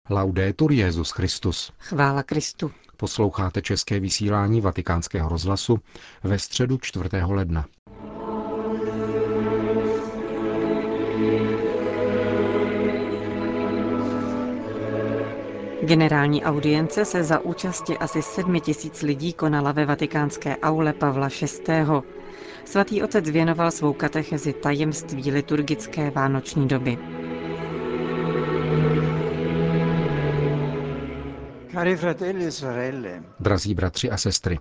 Laudetur Jesus Christus. Chvála Kristu. Posloucháte české vysílání Vatikánského rozhlasu ve středu 4. ledna. Generální audience se za účasti asi 7 000 lidí konala ve vatikánské aule Pavla VI. Svatý otec věnoval svou katechezi tajemství liturgické vánoční doby. Drazí bratři a sestry,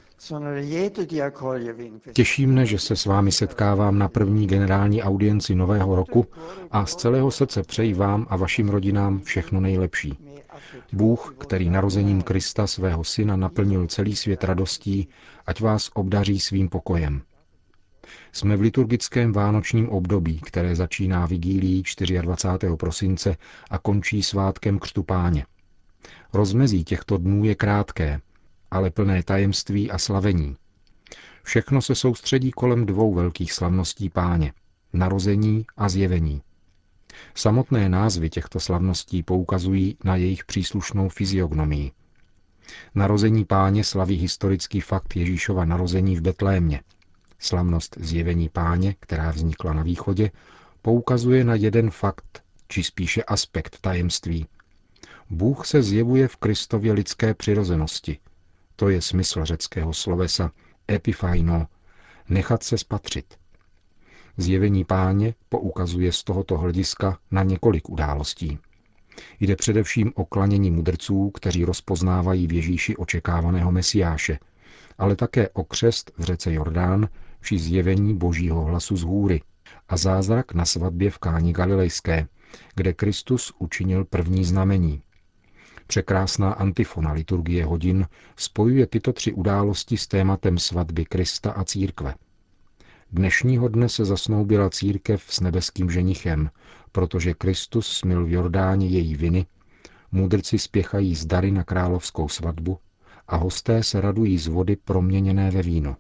těší mne, že se s vámi setkávám na první generální audienci nového roku a z celého srdce přeji vám a vašim rodinám všechno nejlepší. Bůh, který narozením Krista, svého syna, naplnil celý svět radostí, ať vás obdaří svým pokojem. Jsme v liturgickém vánočním období, které začíná vigílií 24. prosince a končí svátkem Křtu Páně. Rozmezí těchto dnů je krátké, ale plné tajemství a slavení. Všechno se soustředí kolem dvou velkých slavností Páně, narození a zjevení. Samotné názvy těchto slavností poukazují na jejich příslušnou fyziognomii. Narození Páně slaví historický fakt Ježíšova narození v Betlémě. Slavnost zjevení Páně, která vznikla na východě, poukazuje na jeden fakt, či spíše aspekt tajemství. Bůh se zjevuje v Kristově lidské přirozenosti. To je smysl řeckého slovesa epiphaino, nechat se spatřit. Zjevení Páně poukazuje z tohoto hlediska na několik událostí. Jde především o klanění mudrců, kteří rozpoznávají v Ježíši očekávaného Mesiáše, ale také o křest v řece Jordán či zjevení Božího hlasu z hůry a zázrak na svatbě v Káni Galilejské, kde Kristus učinil první znamení. Překrásná antifona liturgie hodin spojuje tyto tři události s tématem svatby Krista a církve. Dnešního dne se zasnoubila církev s nebeským ženichem, protože Kristus smyl v Jordáně její viny, mudrci spěchají z dary na královskou svatbu a hosté se radují z vody proměněné ve víno.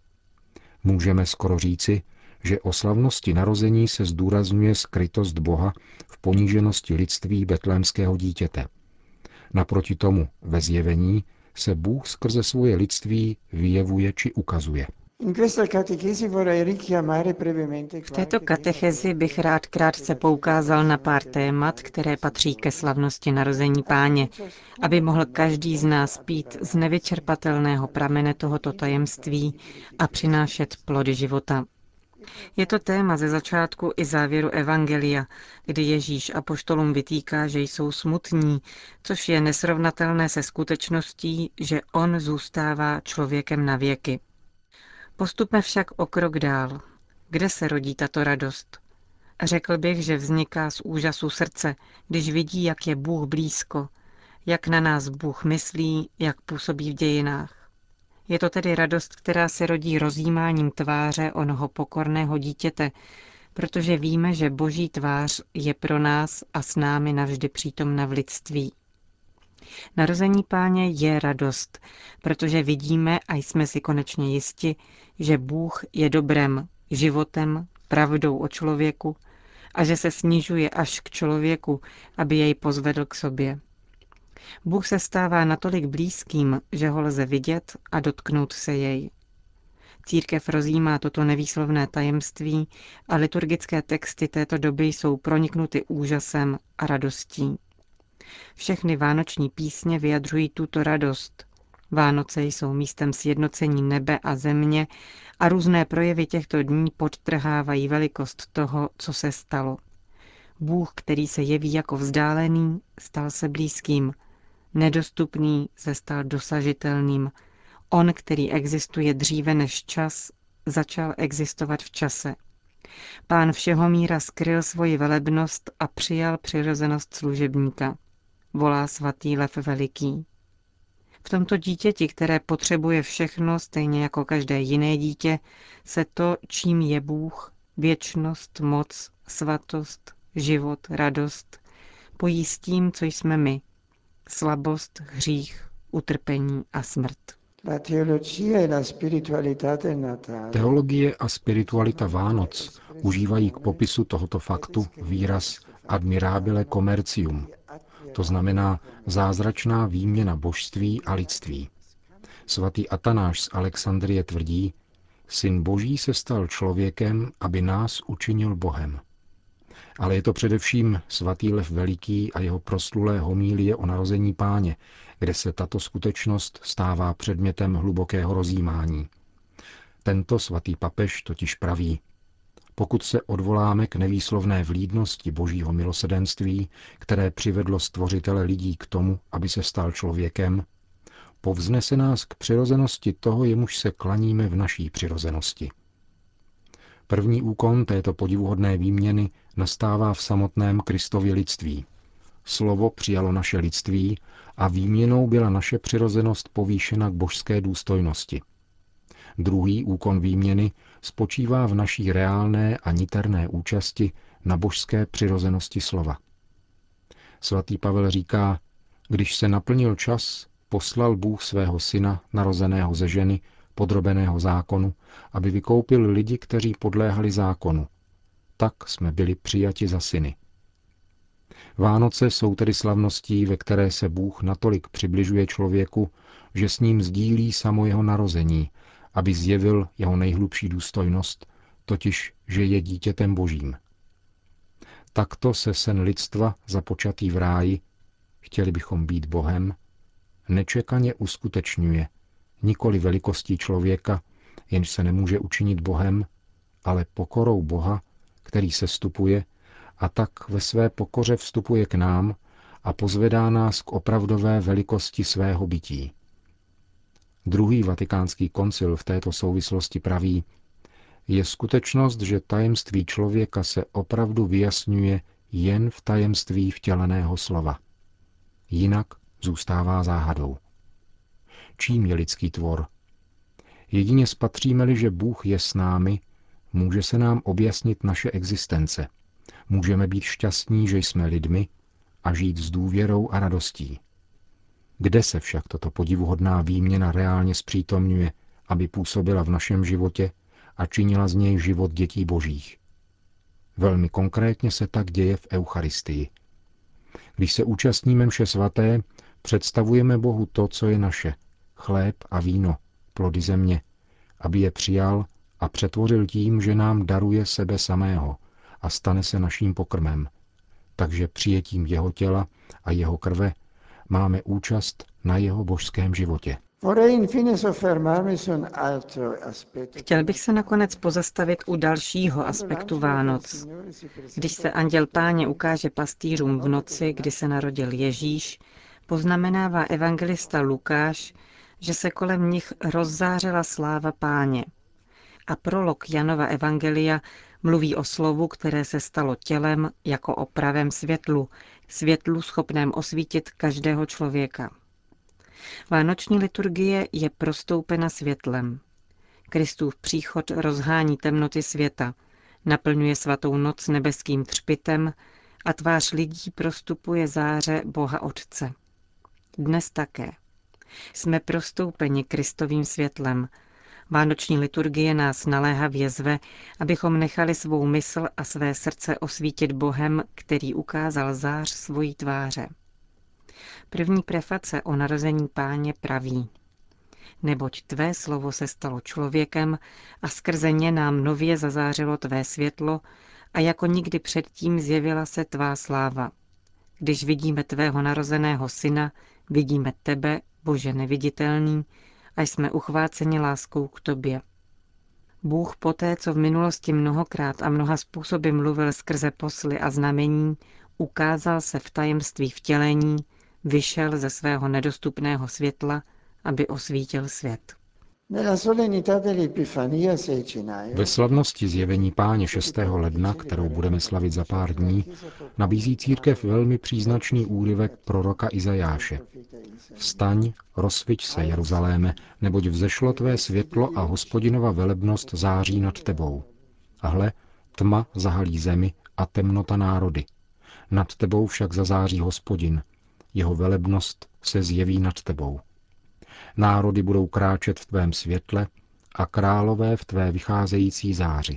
Můžeme skoro říci, že o slavnosti narození se zdůrazňuje skrytost Boha v poníženosti lidství betlémského dítěte. Naproti tomu ve zjevení se Bůh skrze svoje lidství vyjevuje či ukazuje. V této katechezi bych rád krátce poukázal na pár témat, které patří ke slavnosti narození Páně, aby mohl každý z nás pít z nevyčerpatelného pramene tohoto tajemství a přinášet plody života. Je to téma ze začátku i závěru Evangelia, kdy Ježíš apoštolům vytýká, že jsou smutní, což je nesrovnatelné se skutečností, že on zůstává člověkem na věky. Postupme však o krok dál. Kde se rodí tato radost? Řekl bych, že vzniká z úžasu srdce, když vidí, jak je Bůh blízko, jak na nás Bůh myslí, jak působí v dějinách. Je to tedy radost, která se rodí rozjímáním tváře onoho pokorného dítěte, protože víme, že Boží tvář je pro nás a s námi navždy přítomna v lidství. Narození Páně je radost, protože vidíme a jsme si konečně jisti, že Bůh je dobrem, životem, pravdou o člověku a že se snižuje až k člověku, aby jej pozvedl k sobě. Bůh se stává natolik blízkým, že ho lze vidět a dotknout se jej. Církev rozjímá toto nevýslovné tajemství a liturgické texty této doby jsou proniknuty úžasem a radostí. Všechny vánoční písně vyjadřují tuto radost. Vánoce jsou místem sjednocení nebe a země a různé projevy těchto dní podtrhávají velikost toho, co se stalo. Bůh, který se jeví jako vzdálený, stal se blízkým. Nedostupný se stal dosažitelným. On, který existuje dříve než čas, začal existovat v čase. Pán všeho míra skryl svoji velebnost a přijal přirozenost služebníka. Volá svatý Lev Veliký. V tomto dítěti, které potřebuje všechno, stejně jako každé jiné dítě, se to, čím je Bůh, věčnost, moc, svatost, život, radost, pojí s tím, co jsme my, slabost, hřích, utrpení a smrt. Teologie a spiritualita Vánoc užívají k popisu tohoto faktu výraz admirabile commercium, To znamená zázračná výměna božství a lidství. Svatý Atanáš z Alexandrie tvrdí, Syn Boží se stal člověkem, aby nás učinil Bohem. Ale je to především svatý Lev Veliký a jeho proslulé homílie o narození Páně, kde se tato skutečnost stává předmětem hlubokého rozjímání. Tento svatý papež totiž praví, pokud se odvoláme k nevýslovné vlídnosti božího milosedenství, které přivedlo stvořitele lidí k tomu, aby se stal člověkem, povznese nás k přirozenosti toho, jemuž se klaníme v naší přirozenosti. První úkon této podivuhodné výměny nastává v samotném Kristově lidství. Slovo přijalo naše lidství a výměnou byla naše přirozenost povýšena k božské důstojnosti. Druhý úkon výměny spočívá v naší reálné a niterné účasti na božské přirozenosti slova. Svatý Pavel říká, když se naplnil čas, poslal Bůh svého syna, narozeného ze ženy, podrobeného zákonu, aby vykoupil lidi, kteří podléhali zákonu. Tak jsme byli přijati za syny. Vánoce jsou tedy slavností, ve které se Bůh natolik přibližuje člověku, že s ním sdílí samo jeho narození, aby zjevil jeho nejhlubší důstojnost, totiž, že je dítětem Božím. Takto se sen lidstva, započatý v ráji, chtěli bychom být Bohem, nečekaně uskutečňuje, nikoli velikostí člověka, jenž se nemůže učinit Bohem, ale pokorou Boha, který se vstupuje a tak ve své pokoře vstupuje k nám a pozvedá nás k opravdové velikosti svého bytí. Druhý vatikánský koncil v této souvislosti praví, je skutečnost, že tajemství člověka se opravdu vyjasňuje jen v tajemství vtěleného slova. Jinak zůstává záhadou. Čím je lidský tvor? Jedině spatříme-li, že Bůh je s námi, může se nám objasnit naše existence. Můžeme být šťastní, že jsme lidmi a žít s důvěrou a radostí. Kde se však tato podivuhodná výměna reálně zpřítomňuje, aby působila v našem životě a činila z něj život dětí božích? Velmi konkrétně se tak děje v Eucharistii. Když se účastníme mše svaté, představujeme Bohu to, co je naše, chléb a víno, plody země, aby je přijal a přetvořil tím, že nám daruje sebe samého a stane se naším pokrmem. Takže přijetím jeho těla a jeho krve máme účast na jeho božském životě. Chtěl bych se nakonec pozastavit u dalšího aspektu Vánoc. Když se anděl Páně ukáže pastýřům v noci, kdy se narodil Ježíš, poznamenává evangelista Lukáš, že se kolem nich rozzářila sláva Páně. A prolog Janova evangelia mluví o slovu, které se stalo tělem jako o pravém světlu, světlu schopném osvítit každého člověka. Vánoční liturgie je prostoupena světlem. Kristův příchod rozhání temnoty světa, naplňuje svatou noc nebeským třpitem a tvář lidí prostupuje záře Boha Otce. Dnes také. Jsme prostoupeni Kristovým světlem. Vánoční liturgie nás naléhavě zve, abychom nechali svou mysl a své srdce osvítit Bohem, který ukázal zář svojí tváře. První preface o narození Páně praví: Neboť tvé slovo se stalo člověkem a skrze ně nám nově zazářilo tvé světlo a jako nikdy předtím zjevila se tvá sláva. Když vidíme tvého narozeného syna, vidíme tebe, Bože neviditelný, a jsme uchváceni láskou k tobě. Bůh poté, co v minulosti mnohokrát a mnoha způsoby mluvil skrze posly a znamení, ukázal se v tajemství vtělení, vyšel ze svého nedostupného světla, aby osvítil svět. Ve slavnosti zjevení Páně 6. ledna, kterou budeme slavit za pár dní, nabízí církev velmi příznačný úryvek proroka Izajáše. Vstaň, rozsviť se, Jeruzaléme, neboť vzešlo tvé světlo a Hospodinova velebnost září nad tebou. A hle, tma zahalí zemi a temnota národy. Nad tebou však zazáří Hospodin, jeho velebnost se zjeví nad tebou. Národy budou kráčet v tvém světle a králové v tvé vycházející záři.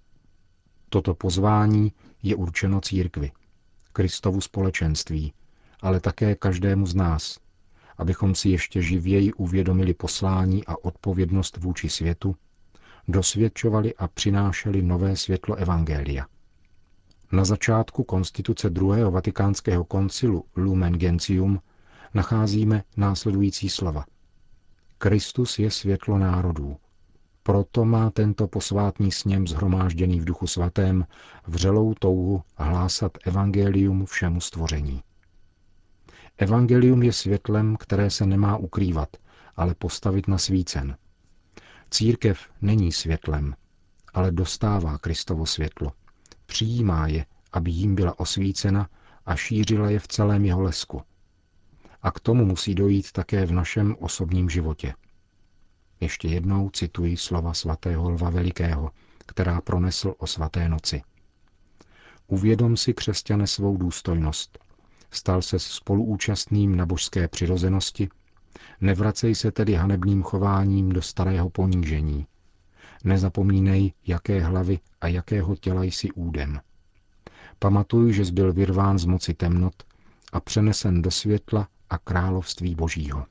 Toto pozvání je určeno církvi, Kristovu společenství, ale také každému z nás, abychom si ještě živěji uvědomili poslání a odpovědnost vůči světu, dosvědčovali a přinášeli nové světlo evangelia. Na začátku konstituce druhého vatikánského koncilu Lumen Gentium nacházíme následující slova. Kristus je světlo národů. Proto má tento posvátný sněm shromážděný v Duchu svatém vřelou touhu hlásat evangelium všemu stvoření. Evangelium je světlem, které se nemá ukrývat, ale postavit na svícen. Církev není světlem, ale dostává Kristovo světlo. Přijímá je, aby jím byla osvícena a šířila je v celém jeho lesku. A k tomu musí dojít také v našem osobním životě. Ještě jednou cituji slova svatého Lva Velikého, která pronesl o svaté noci. Uvědom si, křesťane, svou důstojnost. Stal se spoluúčastným na božské přirozenosti, nevracej se tedy hanebným chováním do starého ponížení. Nezapomínej, jaké hlavy a jakého těla jsi údem. Pamatuj, že jsi byl vyrván z moci temnot a přenesen do světla a království Božího.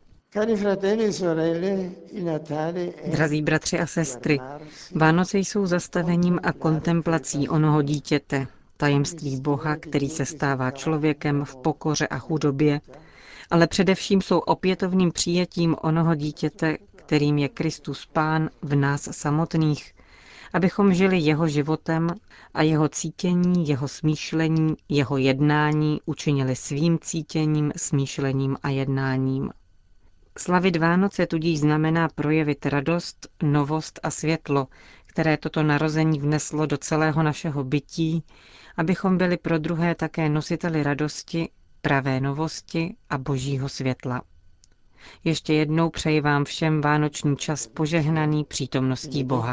Drazí bratři a sestry, Vánoce jsou zastavením a kontemplací onoho dítěte, tajemství Boha, který se stává člověkem v pokoře a chudobě, ale především jsou opětovným přijetím onoho dítěte, kterým je Kristus Pán v nás samotných, abychom žili jeho životem a jeho cítění, jeho smýšlení, jeho jednání učinili svým cítěním, smýšlením a jednáním. Slavit Vánoce tudíž znamená projevit radost, novost a světlo, které toto narození vneslo do celého našeho bytí, abychom byli pro druhé také nositeli radosti, pravé novosti a božího světla. Ještě jednou přeji vám všem vánoční čas požehnaný přítomností Boha.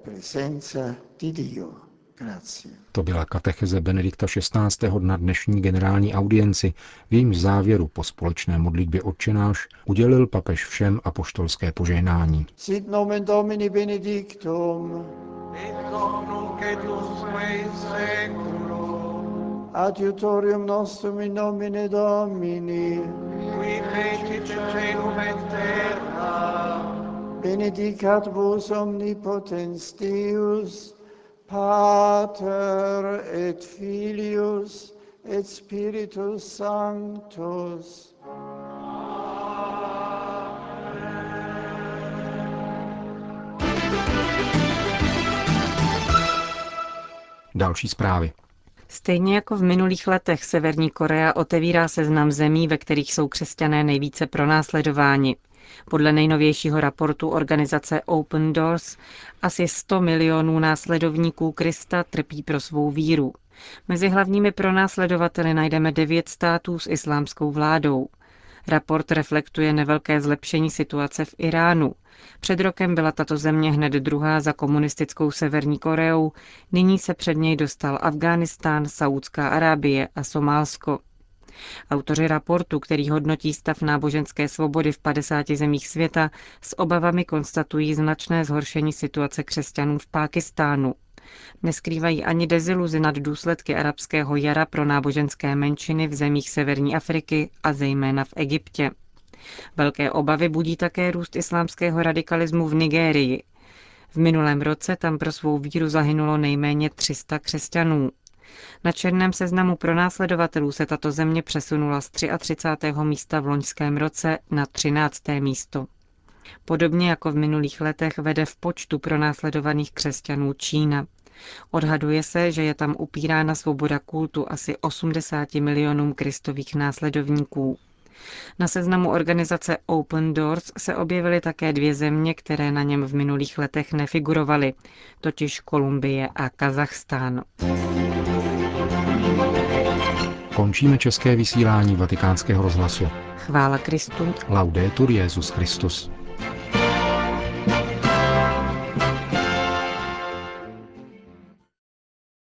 To byla katecheze Benedikta XVI. Na dnešní generální audienci. V jejím závěru po společné modlitbě Otčenáš udělil papež všem apoštolské požehnání. Sit nomen Domini benedictum, adiutorium nostrum in nomine Domini, qui fecit caelum et terra, benedicat vos omnipotens Deus, Pater et Filius et Spiritus Sanctus. Další zprávy. Stejně jako v minulých letech Severní Korea otevírá seznam zemí, ve kterých jsou křesťané nejvíce pronásledováni. Podle nejnovějšího raportu organizace Open Doors asi 100 milionů následovníků Krista trpí pro svou víru. Mezi hlavními pronásledovateli najdeme 9 států s islámskou vládou. Raport reflektuje nevelké zlepšení situace v Iránu. Před rokem byla tato země hned druhá za komunistickou Severní Koreou, nyní se před něj dostal Afghánistán, Saúdská Arábie a Somálsko. Autoři raportu, který hodnotí stav náboženské svobody v 50 zemích světa, s obavami konstatují značné zhoršení situace křesťanů v Pákistánu. Neskrývají ani deziluzi nad důsledky arabského jara pro náboženské menšiny v zemích severní Afriky a zejména v Egyptě. Velké obavy budí také růst islámského radikalismu v Nigérii. V minulém roce tam pro svou víru zahynulo nejméně 300 křesťanů. Na černém seznamu pronásledovatelů se tato země přesunula z 33. místa v loňském roce na 13. místo. Podobně jako v minulých letech vede v počtu pronásledovaných křesťanů Čína. Odhaduje se, že je tam upírána svoboda kultu asi 80 milionům kristových následovníků. Na seznamu organizace Open Doors se objevily také 2 země, které na něm v minulých letech nefigurovaly, totiž Kolumbie a Kazachstán. Končíme české vysílání Vatikánského rozhlasu. Chvála Kristu. Laudetur Jesus Christus.